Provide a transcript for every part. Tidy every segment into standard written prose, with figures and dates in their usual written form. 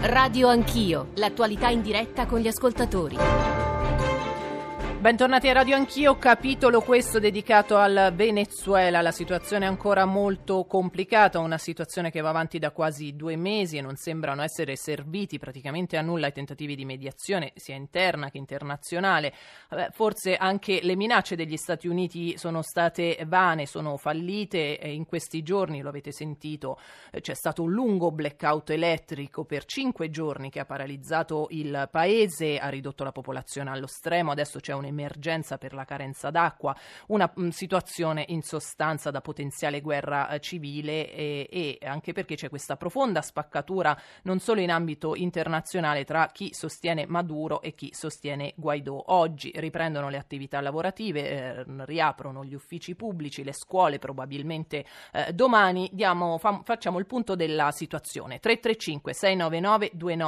Radio Anch'io, l'attualità in diretta con gli ascoltatori. Bentornati a Radio Anch'io, capitolo questo dedicato al Venezuela. La situazione è ancora molto complicata, una situazione che va avanti da quasi 2 mesi e non sembrano essere serviti praticamente a nulla i tentativi di mediazione sia interna che internazionale. Forse anche le minacce degli Stati Uniti sono state vane, sono fallite. In questi giorni, lo avete sentito, c'è stato un lungo blackout elettrico per 5 giorni che ha paralizzato il paese, ha ridotto la popolazione allo stremo. Adesso c'è un'emergenza per la carenza d'acqua, una situazione in sostanza da potenziale guerra civile e anche perché c'è questa profonda spaccatura non solo in ambito internazionale tra chi sostiene Maduro e chi sostiene Guaidó. Oggi riprendono le attività lavorative, riaprono gli uffici pubblici, le scuole probabilmente domani. Facciamo il punto della situazione. 335 699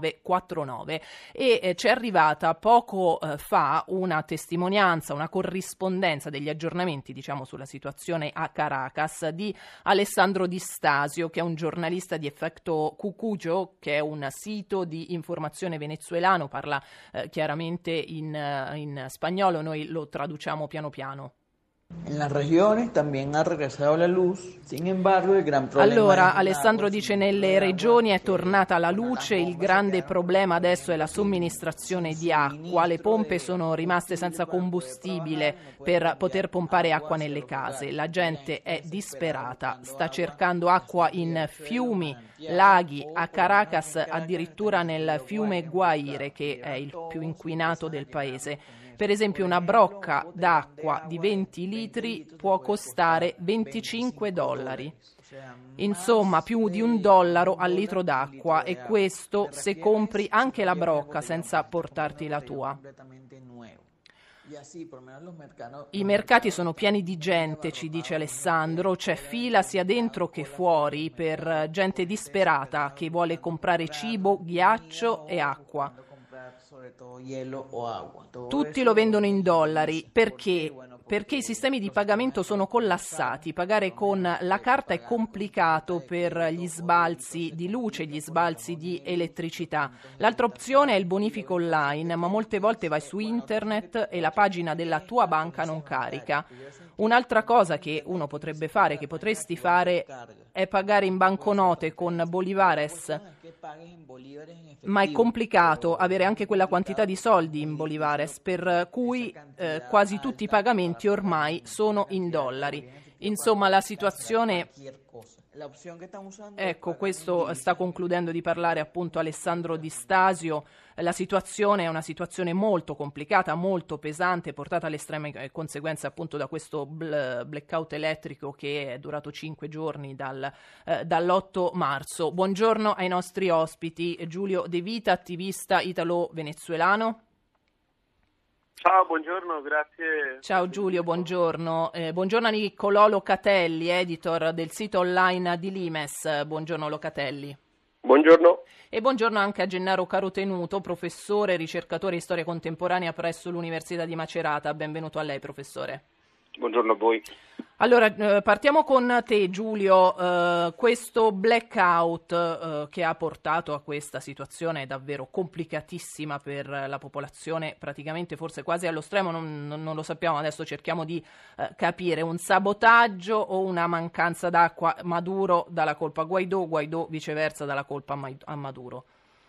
2949 e c'è arrivata poco fa una testimonianza, una corrispondenza degli aggiornamenti, diciamo, sulla situazione a Caracas di Alessandro Di Stasio, che è un giornalista di Efecto Cucuyo, che è un sito di informazione venezuelano, parla chiaramente in spagnolo, noi lo traduciamo piano piano. En las regiones también ha regresado la luz, sin embargo il gran problema. Allora, Alessandro dice nelle regioni è tornata la luce, il grande problema adesso è la somministrazione di acqua, le pompe sono rimaste senza combustibile per poter pompare acqua nelle case, la gente è disperata, sta cercando acqua in fiumi, laghi, a Caracas addirittura nel fiume Guaire, che è il più inquinato del paese. Per esempio una brocca d'acqua di 20 litri può costare $25. Insomma, più di $1 al litro d'acqua, e questo se compri anche la brocca senza portarti la tua. I mercati sono pieni di gente, ci dice Alessandro, c'è fila sia dentro che fuori per gente disperata che vuole comprare cibo, ghiaccio e acqua. Tutti lo vendono in dollari. Perché? Perché i sistemi di pagamento sono collassati. Pagare con la carta è complicato per gli sbalzi di luce, gli sbalzi di elettricità. L'altra opzione è il bonifico online, ma molte volte vai su internet e la pagina della tua banca non carica. Un'altra cosa che uno potrebbe fare, che potresti fare, è pagare in banconote con bolivares, ma è complicato avere anche quella quantità di soldi in bolivares, per cui quasi tutti i pagamenti ormai sono in dollari. Insomma, la situazione... Ecco, questo sta concludendo di parlare appunto Alessandro Di Stasio. La situazione è una situazione molto complicata, molto pesante, portata alle estreme conseguenze appunto da questo blackout elettrico che è durato 5 giorni dall'8 marzo. Buongiorno ai nostri ospiti. Giulio De Vita, attivista italo-venezuelano. Ciao, buongiorno, grazie. Ciao Giulio, buongiorno. Buongiorno a Niccolò Locatelli, editor del sito online di Limes. Buongiorno Locatelli. Buongiorno. E buongiorno anche a Gennaro Carotenuto, professore e ricercatore di storia contemporanea presso l'Università di Macerata. Benvenuto a lei, professore. Buongiorno a voi. Allora, partiamo con te Giulio. Questo blackout che ha portato a questa situazione davvero complicatissima per la popolazione, praticamente forse quasi allo stremo, non lo sappiamo, adesso cerchiamo di capire, un sabotaggio o una mancanza d'acqua? Maduro dà la colpa a Guaidó, Guaidó viceversa dà la colpa a Maduro.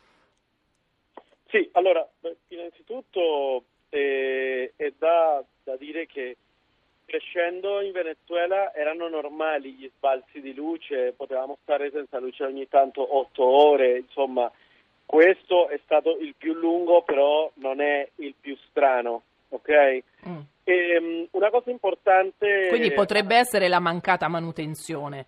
Sì, allora, innanzitutto è da dire che crescendo in Venezuela erano normali gli sbalzi di luce, potevamo stare senza luce ogni tanto 8 ore, insomma questo è stato il più lungo, però non è il più strano, ok? Una cosa importante... Quindi potrebbe essere la mancata manutenzione.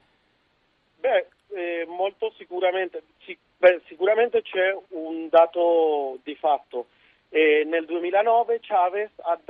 Molto sicuramente, sicuramente c'è un dato di fatto. Nel 2009 Chavez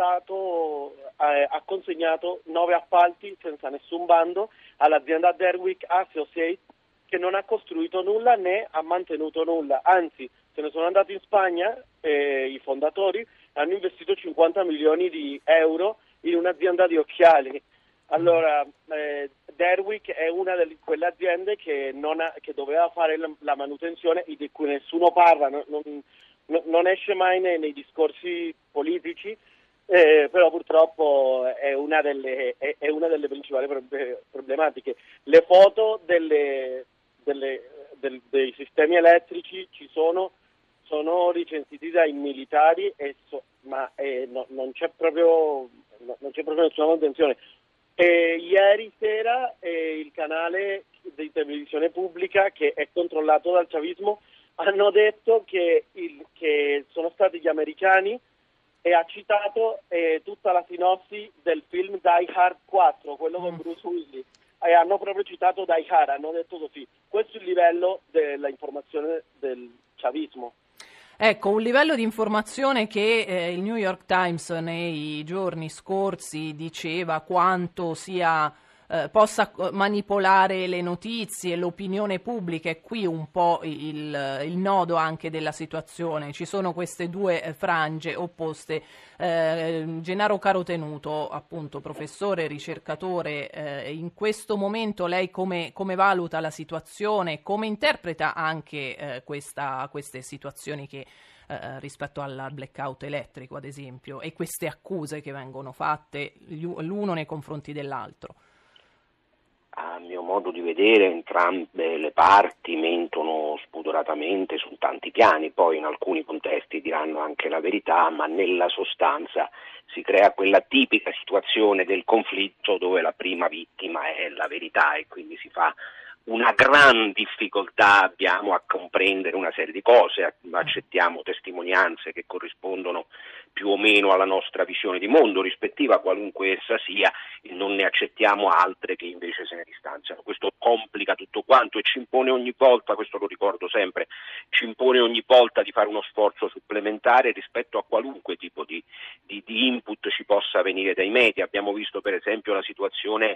ha consegnato 9 appalti senza nessun bando all'azienda Derwick Associates, che non ha costruito nulla né ha mantenuto nulla, anzi se ne sono andati in Spagna i fondatori hanno investito 50 milioni di euro in un'azienda di occhiali. Allora Derwick è una di quelle aziende che che doveva fare la manutenzione e di cui nessuno parla, non esce mai nei discorsi politici, però purtroppo è una delle principali problematiche. Le foto dei sistemi elettrici sono recensiti dai militari, ma non c'è proprio nessuna contenzione. Ieri sera il canale di televisione pubblica, che è controllato dal chavismo, hanno detto che sono stati gli americani, e ha citato tutta la sinossi del film Die Hard 4, quello con Bruce Willis, e hanno proprio citato Die Hard, hanno detto così. Questo è il livello della informazione del chavismo. Ecco, un livello di informazione che il New York Times nei giorni scorsi diceva quanto possa manipolare le notizie, l'opinione pubblica. È qui un po' il nodo anche della situazione. Ci sono queste due frange opposte. Gennaro Carotenuto, appunto professore, ricercatore, in questo momento lei come valuta la situazione, come interpreta anche queste situazioni che rispetto al blackout elettrico, ad esempio, e queste accuse che vengono fatte l'uno nei confronti dell'altro? A mio modo di vedere, entrambe le parti mentono spudoratamente su tanti piani, poi in alcuni contesti diranno anche la verità, ma nella sostanza si crea quella tipica situazione del conflitto dove la prima vittima è la verità, e quindi si fa una gran difficoltà abbiamo a comprendere una serie di cose, accettiamo testimonianze che corrispondono più o meno alla nostra visione di mondo rispettiva, qualunque essa sia, e non ne accettiamo altre che invece se ne distanziano. Questo complica tutto quanto e ci impone ogni volta, questo lo ricordo sempre, ci impone ogni volta di fare uno sforzo supplementare rispetto a qualunque tipo di input ci possa venire dai media. Abbiamo visto per esempio la situazione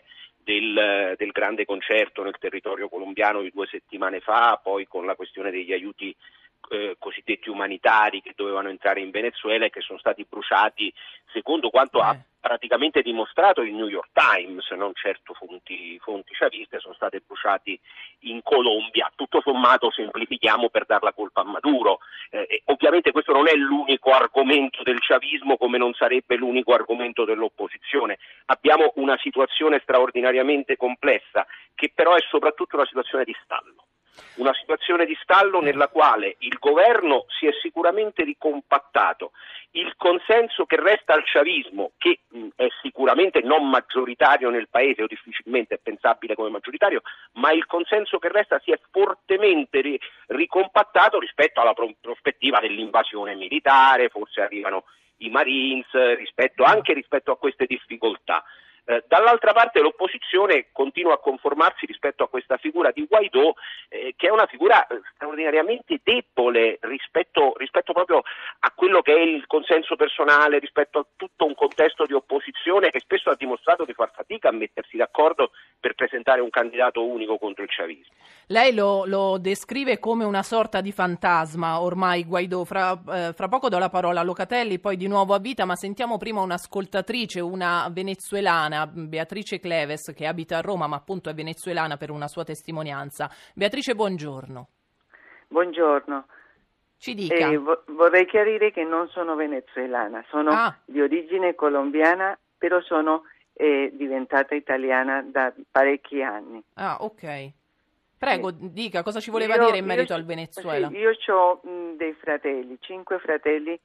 del grande concerto nel territorio colombiano di 2 settimane fa, poi con la questione degli aiuti cosiddetti umanitari che dovevano entrare in Venezuela e che sono stati bruciati secondo quanto ha praticamente dimostrato il New York Times, non certo fonti chaviste, sono state bruciati in Colombia. Tutto sommato semplifichiamo per dar la colpa a Maduro. Ovviamente questo non è l'unico argomento del chavismo, come non sarebbe l'unico argomento dell'opposizione. Abbiamo una situazione straordinariamente complessa, che però è soprattutto una situazione di stallo. Una situazione di stallo nella quale il governo si è sicuramente ricompattato, il consenso che resta al chavismo, che è sicuramente non maggioritario nel paese o difficilmente è pensabile come maggioritario, ma il consenso che resta si è fortemente ricompattato rispetto alla prospettiva dell'invasione militare, forse arrivano i Marines, anche rispetto a queste difficoltà. Dall'altra parte l'opposizione continua a conformarsi rispetto a questa figura di Guaidó, che è una figura straordinariamente debole rispetto proprio a quello che è il consenso personale, rispetto a tutto un contesto di opposizione che spesso ha dimostrato di far fatica a mettersi d'accordo per presentare un candidato unico contro il chavismo. Lei lo descrive come una sorta di fantasma ormai Guaidó. Fra poco do la parola a Locatelli, poi di nuovo a Vita, ma sentiamo prima un'ascoltatrice, una venezuelana, Beatrice Cleves, che abita a Roma ma appunto è venezuelana, per una sua testimonianza. Beatrice, buongiorno. Buongiorno. Ci dica. Vorrei chiarire che non sono venezuelana, sono di origine colombiana, però sono diventata italiana da parecchi anni. Ah, ok. Prego, dica cosa ci voleva dire in merito al Venezuela. Sì, io ho dei fratelli, 5 fratelli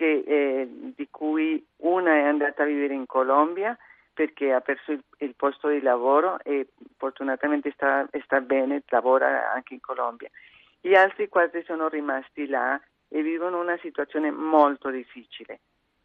di cui una è andata a vivere in Colombia perché ha perso il posto di lavoro e fortunatamente sta bene, lavora anche in Colombia. Gli altri 4 sono rimasti là e vivono una situazione molto difficile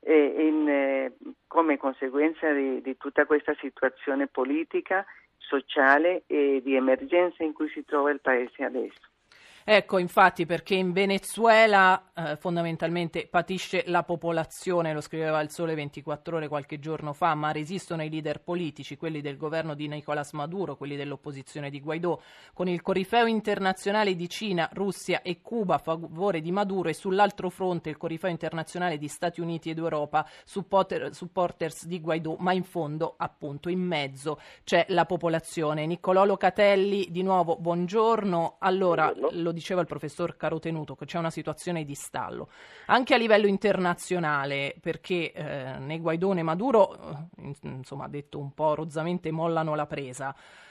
come conseguenza di tutta questa situazione politica, sociale e di emergenza in cui si trova il paese adesso. Ecco, infatti, perché in Venezuela fondamentalmente patisce la popolazione, lo scriveva il Sole 24 Ore qualche giorno fa, ma resistono i leader politici, quelli del governo di Nicolás Maduro, quelli dell'opposizione di Guaidó, con il corifeo internazionale di Cina, Russia e Cuba a favore di Maduro, e sull'altro fronte il corifeo internazionale di Stati Uniti ed Europa, supporters di Guaidó, ma in fondo, appunto, in mezzo c'è la popolazione. Niccolò Locatelli, di nuovo, buongiorno. Allora, lo diceva il professor Carotenuto, che c'è una situazione di stallo anche a livello internazionale, perché né Guaidó né Maduro, insomma, detto un po' rozzamente, mollano la presa.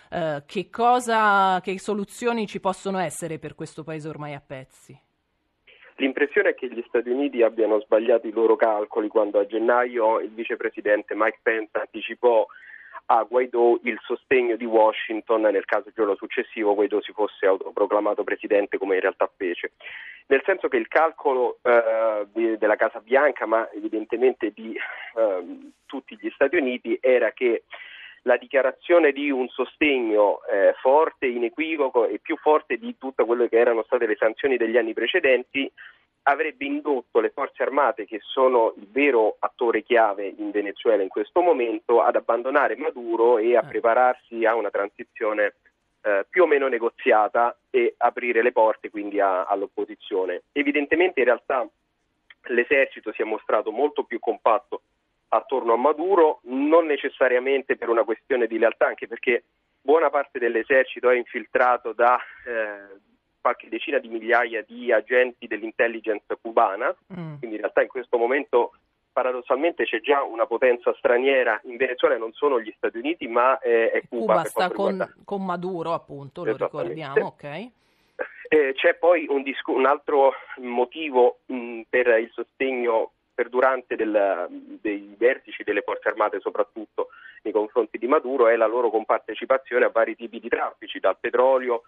Che soluzioni ci possono essere per questo paese ormai a pezzi? L'impressione è che gli Stati Uniti abbiano sbagliato i loro calcoli quando a gennaio il vicepresidente Mike Pence anticipò a Guaidó il sostegno di Washington nel caso il giorno successivo Guaidó si fosse autoproclamato presidente, come in realtà fece. Nel senso che il calcolo della Casa Bianca, ma evidentemente di tutti gli Stati Uniti, era che la dichiarazione di un sostegno forte, inequivoco e più forte di tutto quello che erano state le sanzioni degli anni precedenti avrebbe indotto le forze armate, che sono il vero attore chiave in Venezuela in questo momento, ad abbandonare Maduro e a prepararsi a una transizione più o meno negoziata e aprire le porte quindi all'opposizione. Evidentemente in realtà l'esercito si è mostrato molto più compatto attorno a Maduro, non necessariamente per una questione di lealtà, anche perché buona parte dell'esercito è infiltrato da qualche decina di migliaia di agenti dell'intelligence cubana, quindi in realtà in questo momento paradossalmente c'è già una potenza straniera in Venezuela, non sono gli Stati Uniti ma è Cuba. Cuba sta con Maduro, appunto, lo ricordiamo, ok. C'è poi un altro motivo per il sostegno perdurante dei vertici delle forze armate, soprattutto nei confronti di Maduro, è la loro compartecipazione a vari tipi di traffici, dal petrolio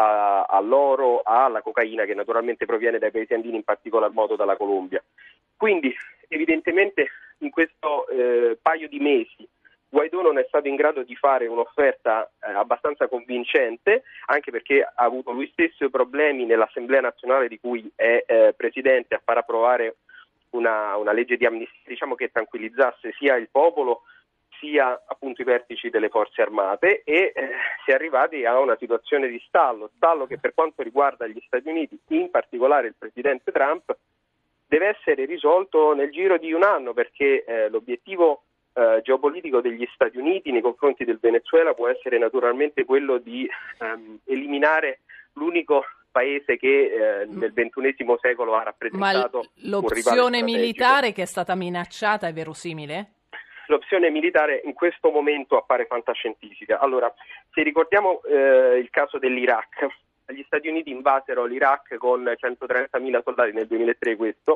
all'oro alla cocaina, che naturalmente proviene dai paesi andini, in particolar modo dalla Colombia. Quindi evidentemente in questo paio di mesi Guaidó non è stato in grado di fare un'offerta abbastanza convincente, anche perché ha avuto lui stesso problemi nell'Assemblea nazionale di cui è presidente a far approvare una legge di amnistia, diciamo, che tranquillizzasse sia il popolo sia appunto i vertici delle forze armate, e si è arrivati a una situazione di stallo che per quanto riguarda gli Stati Uniti, in particolare il presidente Trump, deve essere risolto nel giro di un anno, perché l'obiettivo geopolitico degli Stati Uniti nei confronti del Venezuela può essere naturalmente quello di eliminare l'unico paese che nel XXI secolo ha rappresentato l'opzione militare che è stata minacciata è verosimile? L'opzione militare in questo momento appare fantascientifica. Allora, se ricordiamo il caso dell'Iraq, gli Stati Uniti invasero l'Iraq con 130.000 soldati nel 2003,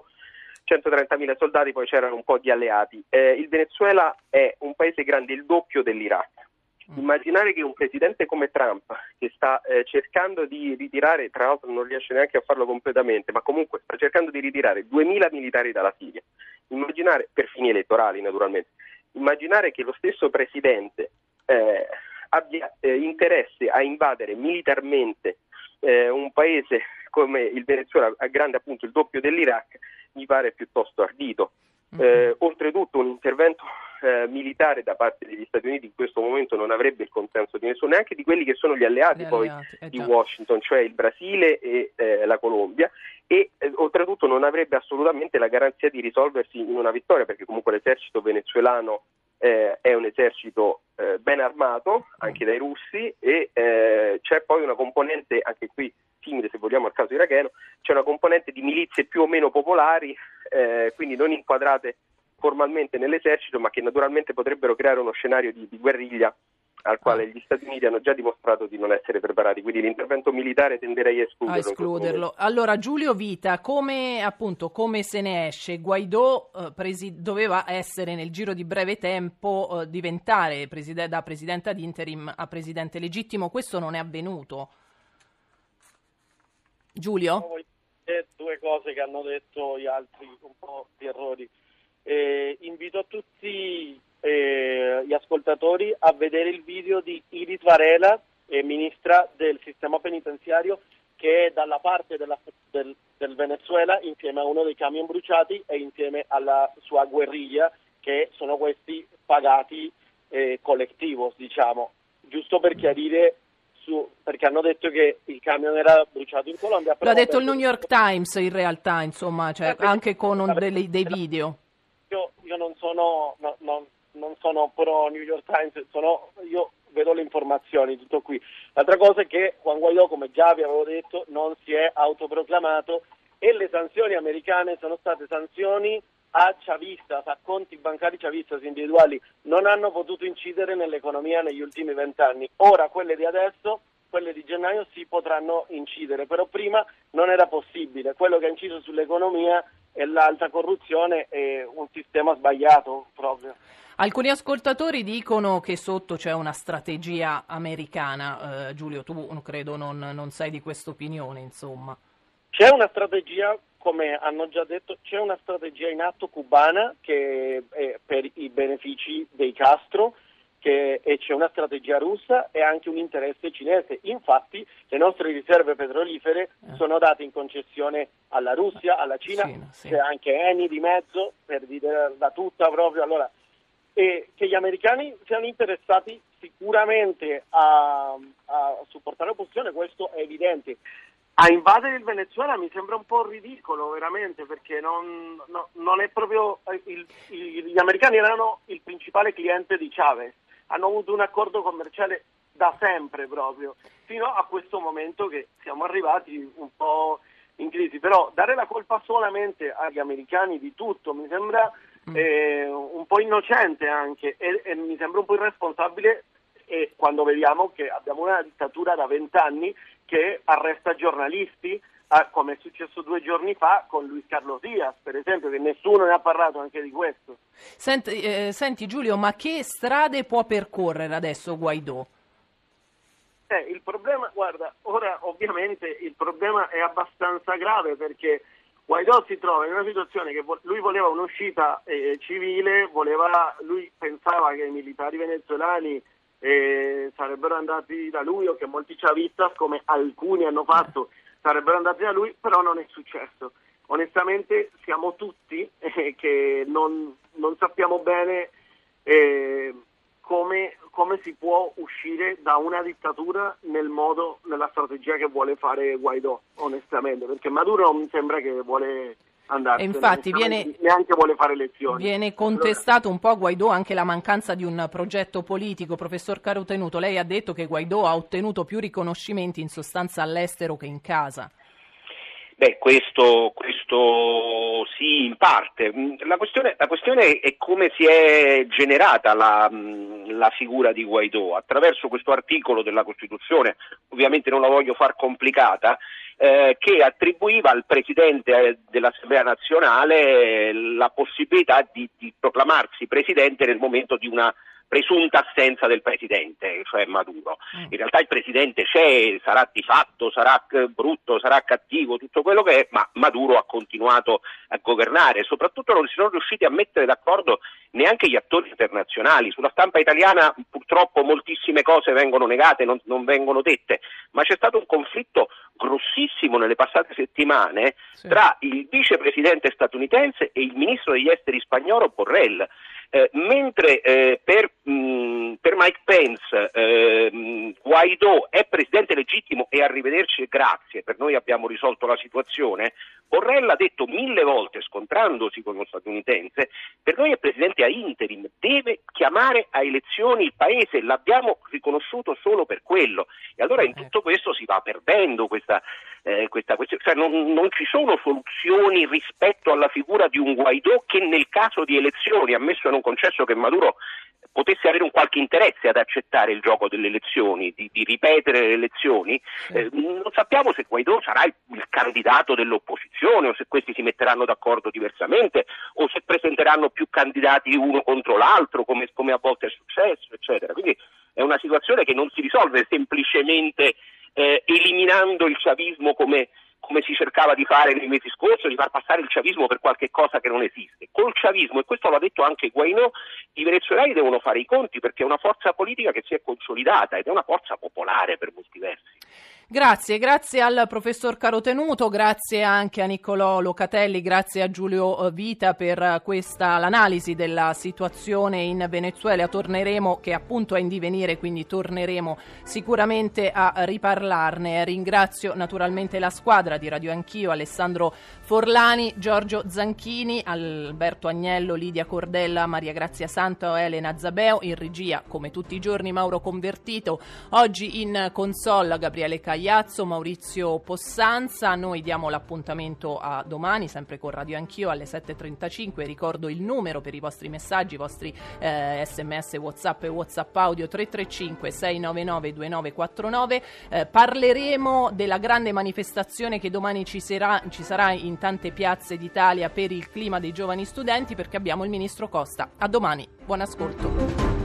130.000 soldati, poi c'erano un po' di alleati. Il Venezuela è un paese grande il doppio dell'Iraq. Immaginare che un presidente come Trump, che sta cercando di ritirare, tra l'altro non riesce neanche a farlo completamente, ma comunque sta cercando di ritirare 2.000 militari dalla Siria, immaginare, per fini elettorali naturalmente, immaginare che lo stesso presidente abbia interesse a invadere militarmente un paese come il Venezuela, grande appunto il doppio dell'Iraq, mi pare piuttosto ardito. Oltretutto un intervento militare da parte degli Stati Uniti in questo momento non avrebbe il consenso di nessuno, neanche di quelli che sono gli alleati di Washington, cioè il Brasile e la Colombia, e oltretutto non avrebbe assolutamente la garanzia di risolversi in una vittoria, perché comunque l'esercito venezuelano è un esercito ben armato anche dai russi, e c'è poi una componente, anche qui simile se vogliamo al caso iracheno, c'è una componente di milizie più o meno popolari, quindi non inquadrate formalmente nell'esercito, ma che naturalmente potrebbero creare uno scenario di guerriglia al quale gli Stati Uniti hanno già dimostrato di non essere preparati, quindi l'intervento militare tenderei a escluderlo. Allora, Giulio Vita, come se ne esce? Guaidó doveva essere nel giro di breve tempo diventare da presidente ad interim a presidente legittimo, questo non è avvenuto. Giulio? Due cose che hanno detto gli altri, un po' di errori. Invito a tutti gli ascoltatori a vedere il video di Iris Varela, ministra del sistema penitenziario, che è dalla parte del Venezuela insieme a uno dei camion bruciati e insieme alla sua guerriglia, che sono questi pagati collettivos, diciamo, giusto per chiarire, perché hanno detto che il camion era bruciato in Colombia. L'ha detto il New York Times in realtà, insomma, cioè, anche con dei video. Io non sono pro New York Times, io vedo le informazioni, tutto qui. L'altra cosa è che Juan Guaidó, come già vi avevo detto, non si è autoproclamato, e le sanzioni americane sono state sanzioni a chavistas, a conti bancari chavistas individuali, non hanno potuto incidere nell'economia negli ultimi 20 anni. Ora quelle di adesso, quelle di gennaio, si potranno incidere, però prima non era possibile. Quello che ha inciso sull'economia è l'alta corruzione e un sistema sbagliato proprio. Alcuni ascoltatori dicono che sotto c'è una strategia americana. Giulio, tu credo non sei di questa opinione, insomma. C'è una strategia, come hanno già detto, c'è una strategia in atto cubana che è per i benefici dei Castro, e c'è una strategia russa e anche un interesse cinese. Infatti le nostre riserve petrolifere sono date in concessione alla Russia, alla Cina, sì. C'è anche Eni di mezzo, per dire da tutta proprio. Allora, e che gli americani siano interessati sicuramente a supportare l'opposizione, questo è evidente. A invadere il Venezuela mi sembra un po' ridicolo, veramente, perché non è proprio gli americani erano il principale cliente di Chavez, hanno avuto un accordo commerciale da sempre proprio, fino a questo momento che siamo arrivati un po' in crisi. Però dare la colpa solamente agli americani di tutto mi sembra un po' innocente anche, e mi sembra un po' irresponsabile, e quando vediamo che abbiamo una dittatura da 20 anni che arresta giornalisti, come è successo 2 giorni fa con Luis Carlos Díaz, per esempio, che nessuno ne ha parlato anche di questo. Senti Giulio, ma che strade può percorrere adesso Guaidó? Il problema, guarda, ora ovviamente il problema è abbastanza grave, perché Guaidó si trova in una situazione che lui voleva un'uscita civile, lui pensava che i militari venezuelani sarebbero andati da lui, o che molti chavistas, come alcuni hanno fatto, sarebbero andati da lui, però non è successo. Onestamente siamo tutti che non sappiamo bene come si può uscire da una dittatura nella strategia che vuole fare Guaidó, onestamente, perché Maduro non mi sembra che vuole andarsene, infatti neanche vuole fare elezioni. Viene contestato un po' a Guaidó anche la mancanza di un progetto politico. Professor Carotenuto, lei ha detto che Guaidó ha ottenuto più riconoscimenti in sostanza all'estero che in casa. Beh, questo sì, in parte. La questione è come si è generata la figura di Guaidó, attraverso questo articolo della Costituzione, ovviamente non la voglio far complicata, che attribuiva al Presidente dell'Assemblea nazionale la possibilità di proclamarsi Presidente nel momento di una presunta assenza del Presidente, cioè Maduro. In realtà il Presidente c'è, sarà di fatto, sarà brutto, sarà cattivo, tutto quello che è, ma Maduro ha continuato a governare. Soprattutto non si sono riusciti a mettere d'accordo neanche gli attori internazionali. Sulla stampa italiana purtroppo moltissime cose vengono negate, non vengono dette, ma c'è stato un conflitto grossissimo nelle passate settimane tra il vicepresidente statunitense e il ministro degli esteri spagnolo Borrell. Mentre per Mike Pence Guaidó è presidente legittimo e arrivederci e grazie, per noi abbiamo risolto la situazione, Borrell ha detto 1000 volte, scontrandosi con lo statunitense, per noi è presidente a interim, deve chiamare a elezioni il paese, l'abbiamo riconosciuto solo per quello. E allora in tutto questo si va perdendo questa questione, cioè non ci sono soluzioni rispetto alla figura di un Guaidó che nel caso di elezioni, ammesso e non concesso che Maduro potesse avere un qualche interesse ad accettare il gioco delle elezioni, di ripetere le elezioni, non sappiamo se Guaidó sarà il candidato dell'opposizione o se questi si metteranno d'accordo diversamente o se presenteranno più candidati uno contro l'altro come a volte è successo, eccetera. Quindi è una situazione che non si risolve semplicemente eliminando il chavismo come si cercava di fare nei mesi scorsi, di far passare il chavismo per qualche cosa che non esiste. Col chavismo, e questo l'ha detto anche Guaidó, i venezuelani devono fare i conti perché è una forza politica che si è consolidata ed è una forza popolare per molti versi. Grazie al professor Carotenuto, grazie anche a Niccolò Locatelli, grazie a Giulio Vita per l'analisi della situazione in Venezuela. Torneremo, che appunto è in divenire, quindi torneremo sicuramente a riparlarne. Ringrazio naturalmente la squadra di Radio Anch'io, Alessandro Forlani, Giorgio Zanchini, Alberto Agnello, Lidia Cordella, Maria Grazia Santo, Elena Zabeo, in regia come tutti i giorni Mauro Convertito, oggi in console Gabriele Cagliazzo, Maurizio Possanza. Noi diamo l'appuntamento a domani sempre con Radio Anch'io alle 7.35. Ricordo il numero per i vostri messaggi, i vostri sms, WhatsApp e WhatsApp audio 335 699 2949. Parleremo della grande manifestazione che domani ci sarà in tante piazze d'Italia per il clima dei giovani studenti, perché abbiamo il ministro Costa. A domani, buon ascolto.